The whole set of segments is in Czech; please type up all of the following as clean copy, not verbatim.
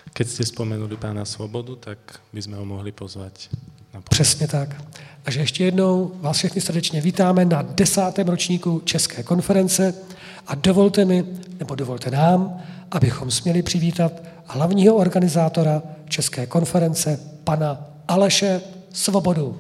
Keď ste spomenuli pána Svobodu, tak by sme ho mohli pozvať na pódium. Přesně tak. Takže ještě jednou vás všechny srdečně vítáme na 10. ročníku České konference a dovolte mi, nebo dovolte nám, abychom směli přivítat hlavního organizátora České konference, pana Aleše Svobodu.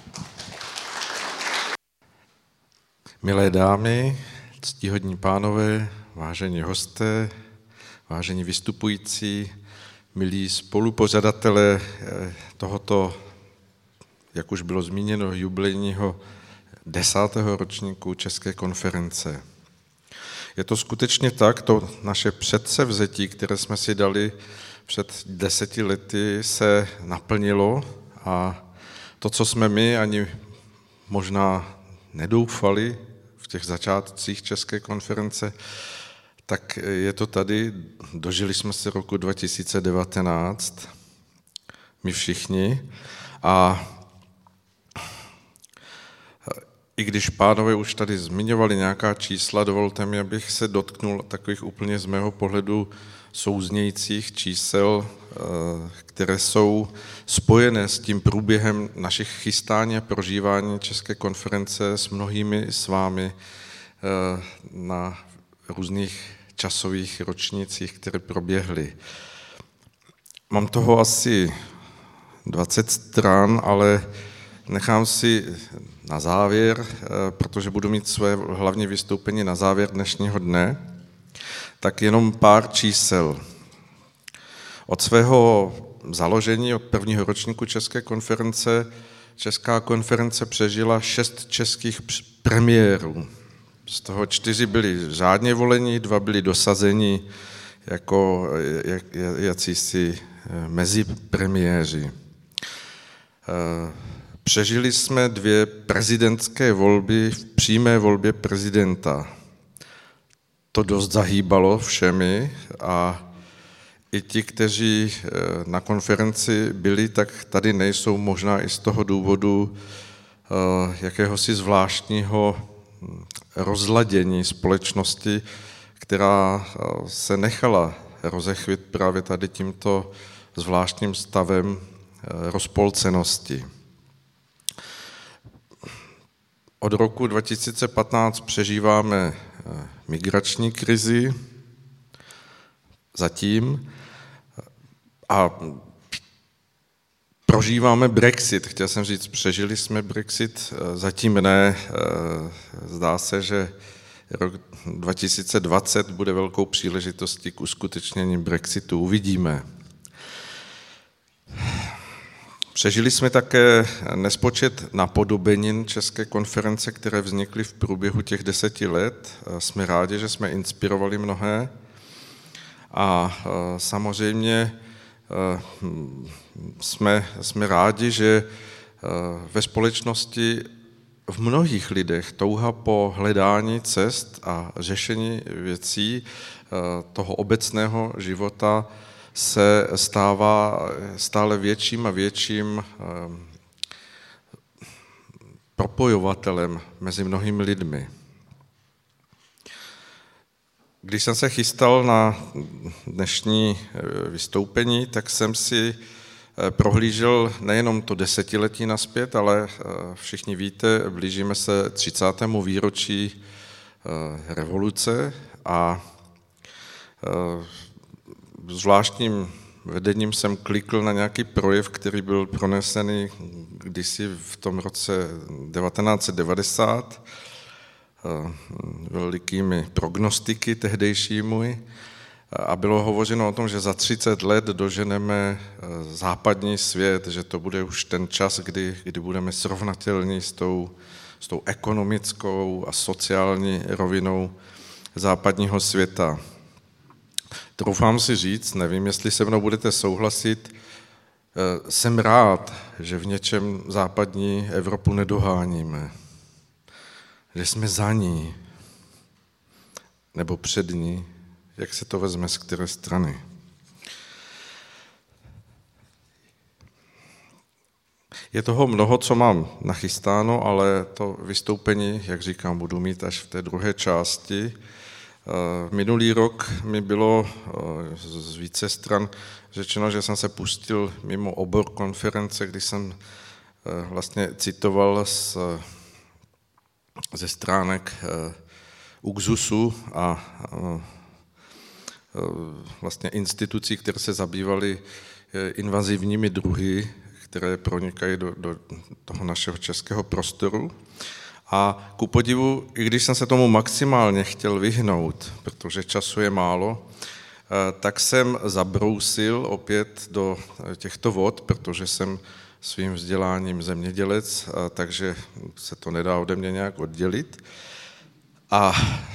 Milé dámy, ctihodní pánové, vážení hosté, vážení vystupující, milí spolupořadatelé tohoto, jak už bylo zmíněno, jubilejního 10. ročníku České konference. Je to skutečně tak, to naše předsevzetí, které jsme si dali před 10 lety, se naplnilo a to, co jsme my ani možná nedoufali v těch začátcích České konference, tak je to tady, dožili jsme se roku 2019, my všichni, a i když pánové už tady zmiňovali nějaká čísla, dovolte mi, abych se dotknul takových úplně z mého pohledu souznějících čísel, které jsou spojené s tím průběhem našich chystání a prožívání České konference s mnohými s vámi na různých časových ročnících, které proběhly. Mám toho asi 20 stran, ale nechám si na závěr, protože budu mít své hlavní vystoupení na závěr dnešního dne, tak jenom pár čísel. Od svého založení, od prvního ročníku České konference, Česká konference přežila 6 českých premiérů. Z toho 4 byli řádně volení, 2 byli dosazeni jako jacísi mezipremiéři. Přežili jsme 2 prezidentské volby v přímé volbě prezidenta. To dost zahýbalo všemi a i ti, kteří na konferenci byli, tak tady nejsou možná i z toho důvodu jakéhosi zvláštního rozladění společnosti, která se nechala rozechvět právě tady tímto zvláštním stavem rozpolcenosti. Od roku 2015 přežíváme migrační krizi zatím a prožíváme Brexit. Chtěl jsem říct, přežili jsme Brexit, zatím ne. Zdá se, že rok 2020 bude velkou příležitostí k uskutečnění Brexitu. Uvidíme. Přežili jsme také nespočet napodobenin České konference, které vznikly v průběhu těch 10 let. Jsme rádi, že jsme inspirovali mnohé. A samozřejmě jsme rádi, že ve společnosti v mnohých lidech touha po hledání cest a řešení věcí toho obecného života se stává stále větším a větším propojovatelem mezi mnohými lidmi. Když jsem se chystal na dnešní vystoupení, tak jsem si prohlížel nejenom to 10letí nazpět, ale všichni víte, blížíme se 30. výročí revoluce a zvláštním vedením jsem klikl na nějaký projev, který byl pronesený kdysi v tom roce 1990 velikými prognostiky tehdejšími a bylo hovořeno o tom, že za 30 let doženeme západní svět, že to bude už ten čas, kdy budeme srovnatelní s tou ekonomickou a sociální rovinou západního světa. Troufám si říct, nevím, jestli se mnou budete souhlasit, jsem rád, že v něčem západní Evropu nedoháníme, že jsme za ní, nebo před ní, jak se to vezme z které strany. Je toho mnoho, co mám nachystáno, ale to vystoupení, jak říkám, budu mít až v té druhé části. Minulý rok mi bylo z více stran řečeno, že jsem se pustil mimo obor konference, když jsem vlastně citoval ze stránek UKZUSu a vlastně institucí, které se zabývaly invazivními druhy, které pronikají do toho našeho českého prostoru. A ku podivu, i když jsem se tomu maximálně chtěl vyhnout, protože času je málo, tak jsem zabrousil opět do těchto vod, protože jsem svým vzděláním zemědělec, takže se to nedá ode mě nějak oddělit. A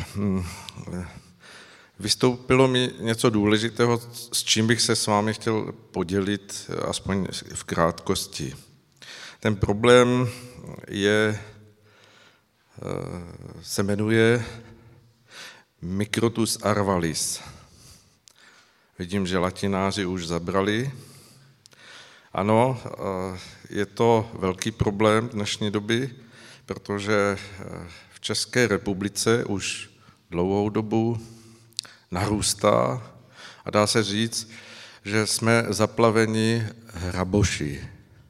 vystoupilo mi něco důležitého, s čím bych se s vámi chtěl podělit, aspoň v krátkosti. Ten problém se jmenuje Microtus arvalis. Vidím, že latináři už zabrali. Ano, je to velký problém dnešní doby, protože v České republice už dlouhou dobu narůstá a dá se říct, že jsme zaplaveni hraboši.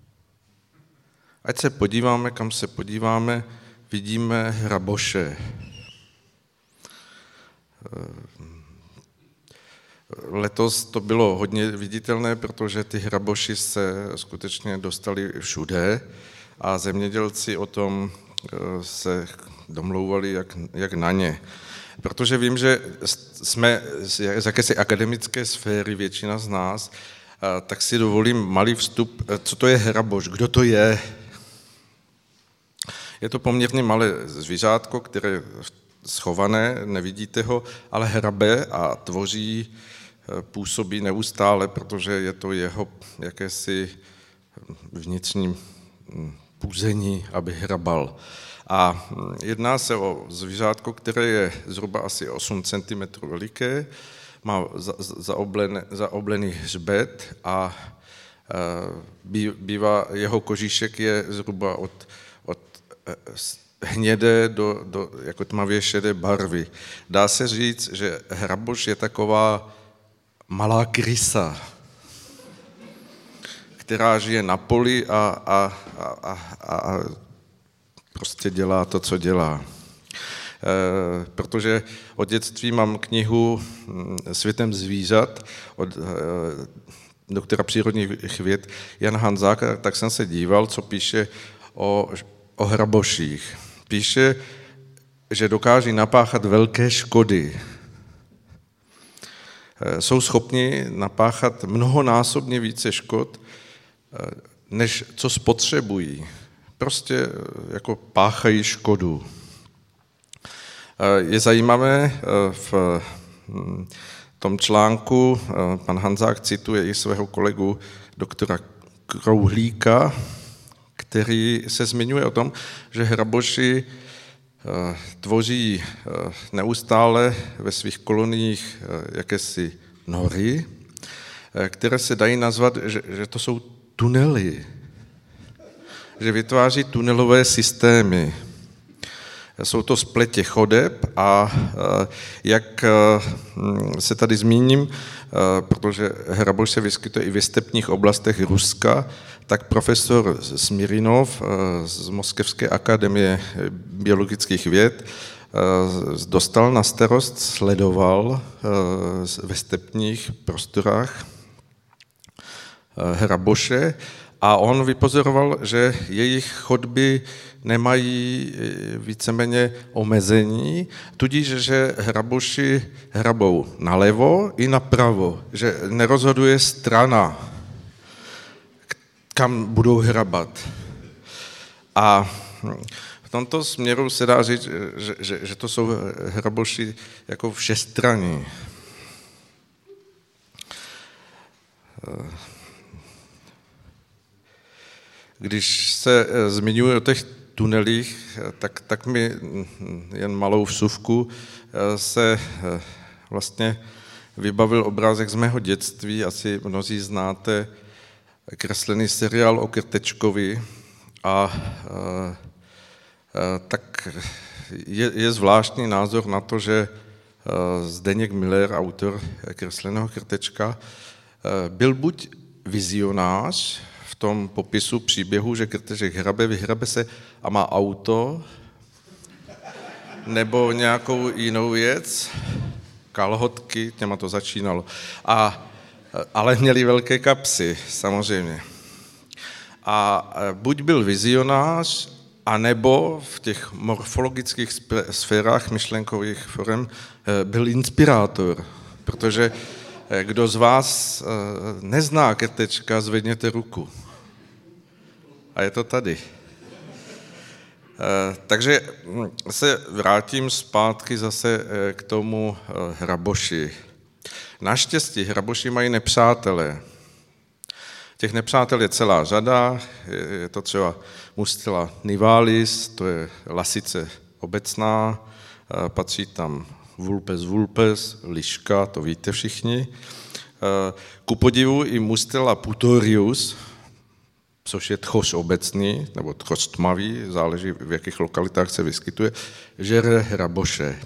Ať se podíváme, kam se podíváme, vidíme hraboše. Letos to bylo hodně viditelné, protože ty hraboši se skutečně dostali všude a zemědělci o tom se domlouvali jak na ně. Protože vím, že jsme z jakési akademické sféry, většina z nás, tak si dovolím malý vstup. Co to je hraboš? Kdo to je? Je to poměrně malé zvířátko, které je schované, nevidíte ho, ale hrabe a tvoří, působí neustále, protože je to jeho jakési vnitřní puzení, aby hrabal. A jedná se o zvířátko, které je zhruba asi 8 cm veliké, má zaoblený hřbet a bývá, jeho kožíšek je zhruba od hnědé do jako tmavě šedé barvy. Dá se říct, že hraboš je taková malá krysa, která žije na poli a prostě dělá to, co dělá. Protože od dětství mám knihu Světem zvířat od doktora přírodních věd Jana Hanzáka, tak jsem se díval, co píše o hraboších. Píše, že dokáží napáchat velké škody. Jsou schopni napáchat mnohonásobně více škod, než co spotřebují. Prostě jako páchají škodu. Je zajímavé, v tom článku pan Hanzák cituje i svého kolegu doktora Krouhlíka, který se zmiňuje o tom, že hraboši tvoří neustále ve svých koloniích jakési nory, které se dají nazvat, že to jsou tunely, že vytváří tunelové systémy. Jsou to spletě chodeb a jak se tady zmíním, protože hraboš se vyskytuje i ve stepních oblastech Ruska, tak profesor Smirinov z Moskevské akademie biologických věd dostal na starost, sledoval ve stepních prostorách hraboše a on vypozoroval, že jejich chodby nemají víceméně omezení, tudíž, že hraboši hrabou nalevo i napravo, že nerozhoduje strana, kam budou hrabat. A v tomto směru se dá říct, že to jsou hraboši jako všestranní. Když se zmiňuji o těch tunelích, tak mi jen malou vsuvku se vlastně vybavil obrázek z mého dětství. Asi mnozí znáte kreslený seriál o Krtečkovi a tak je zvláštní názor na to, že Zdeněk Miller, autor Kresleného krtečka, byl buď vizionář v tom popisu příběhu, že krteček hrabe, vyhrabe se a má auto, nebo nějakou jinou věc, kalhotky, těma to začínalo. Ale měli velké kapsy, samozřejmě. A buď byl vizionář, anebo v těch morfologických sférách myšlenkových forem byl inspirátor. Protože kdo z vás nezná krtečka, zvedněte ruku. A je to tady. Takže se vrátím zpátky zase k tomu hraboši. Naštěstí hraboši mají nepřátelé. Těch nepřátel je celá řada, je to třeba Mustela nivalis, to je lasice obecná, patří tam vulpes, liška, to víte všichni. Ku podivu i Mustela putorius, což je tchoř obecný, nebo tchoř tmavý, záleží v jakých lokalitách se vyskytuje, žere hraboše.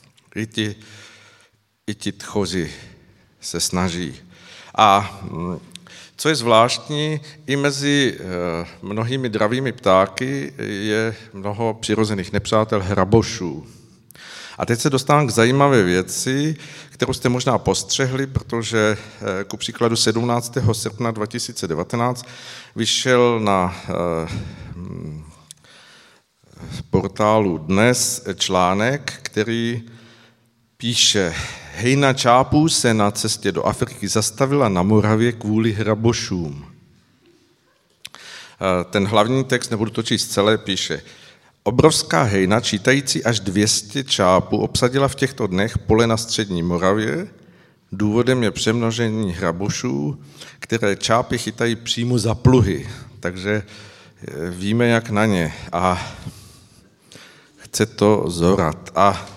I ti tchoři se snaží. A co je zvláštní, i mezi mnohými dravými ptáky je mnoho přirozených nepřátel hrabošů. A teď se dostávám k zajímavé věci, kterou jste možná postřehli, protože ku příkladu 17. srpna 2019 vyšel na portálu Dnes článek, který píše: Hejna čápů se na cestě do Afriky zastavila na Moravě kvůli hrabošům. Ten hlavní text, nebudu to číst celé, píše: Obrovská hejna, čítající až 200 čápů, obsadila v těchto dnech pole na střední Moravě. Důvodem je přemnožení hrabošů, které čápy chytají přímo za pluhy. Takže víme, jak na ně. A chce to zorat.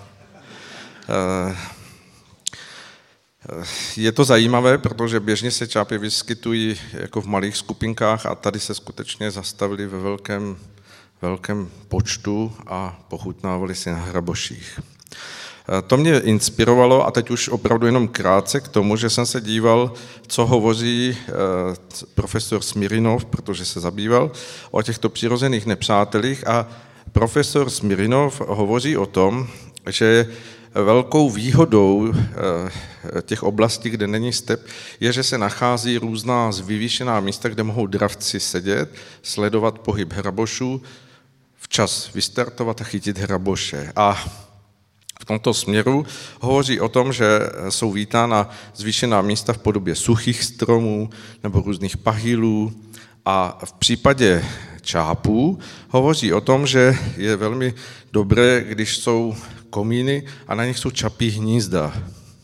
Je to zajímavé, protože běžně se čápy vyskytují jako v malých skupinkách a tady se skutečně zastavili ve velkém počtu a pochutnávali si na hraboších. To mě inspirovalo, a teď už opravdu jenom krátce, k tomu, že jsem se díval, co hovoří profesor Smirinov, protože se zabýval o těchto přirozených nepřátelích, a profesor Smirinov hovoří o tom, že velkou výhodou těch oblastí, kde není step, je, že se nachází různá vyvýšená místa, kde mohou dravci sedět, sledovat pohyb hrabošů, včas vystartovat a chytit hraboše. A v tomto směru hovoří o tom, že jsou vítána zvýšená místa v podobě suchých stromů nebo různých pahýlů, a v případě čápů hovoří o tom, že je velmi dobré, když jsou komíny a na nich jsou čapí hnízda.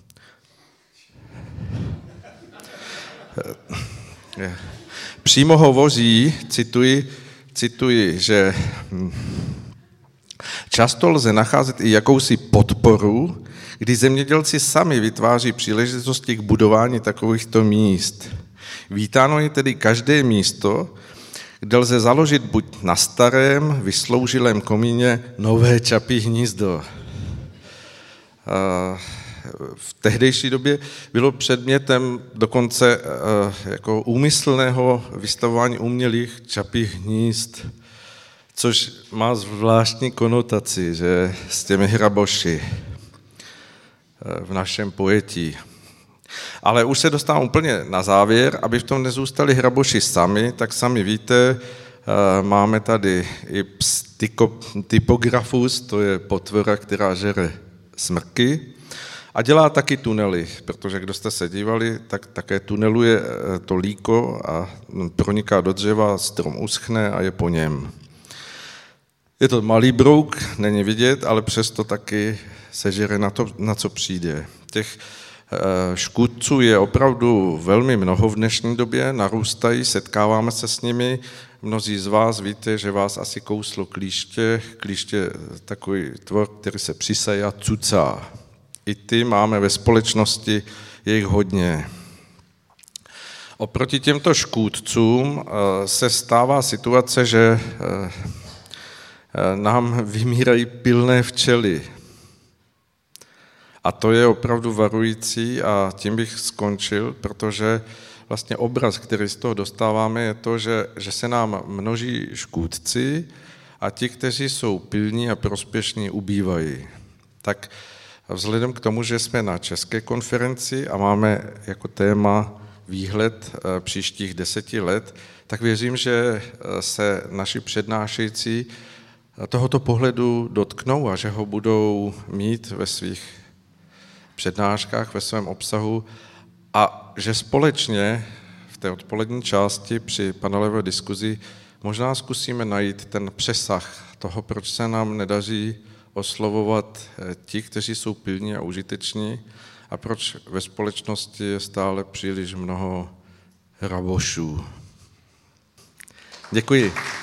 Přímo hovoří, cituji, že často lze nacházet i jakousi podporu, kdy zemědělci sami vytváří příležitosti k budování takovýchto míst. Vítáno je tedy každé místo, kde lze založit buď na starém, vysloužilém komíně nové čapí hnízdo. V tehdejší době bylo předmětem dokonce jako úmyslného vystavování umělých čapích hnízd, což má zvláštní konotaci, že s těmi hraboši v našem pojetí. Ale už se dostávám úplně na závěr, aby v tom nezůstali hraboši sami, tak sami víte, máme tady i typografus, to je potvora, která žere smrky, a dělá taky tunely, protože kdo jste se dívali, tak také tuneluje to líko a proniká do dřeva, strom uschne a je po něm. Je to malý brouk, není vidět, ale přesto taky se žere na co přijde. Těch škůdců je opravdu velmi mnoho v dnešní době, narůstají, setkáváme se s nimi. Mnozí z vás víte, že vás asi kouslo klíště. Klíště je takový tvor, který se přisaje a cucá. I ty máme ve společnosti, je jich hodně. Oproti těmto škůdcům se stává situace, že nám vymírají pilné včely. A to je opravdu varující a tím bych skončil, protože vlastně obraz, který z toho dostáváme, je to, že se nám množí škůdci a ti, kteří jsou pilní a prospěšní, ubývají. Tak vzhledem k tomu, že jsme na české konferenci a máme jako téma výhled příštích 10 let, tak věřím, že se naši přednášející tohoto pohledu dotknou a že ho budou mít ve svých přednáškách, ve svém obsahu a že společně v té odpolední části při panelové diskuzi možná zkusíme najít ten přesah toho, proč se nám nedaří oslovovat ti, kteří jsou pilní a užiteční a proč ve společnosti je stále příliš mnoho rabošů. Děkuji.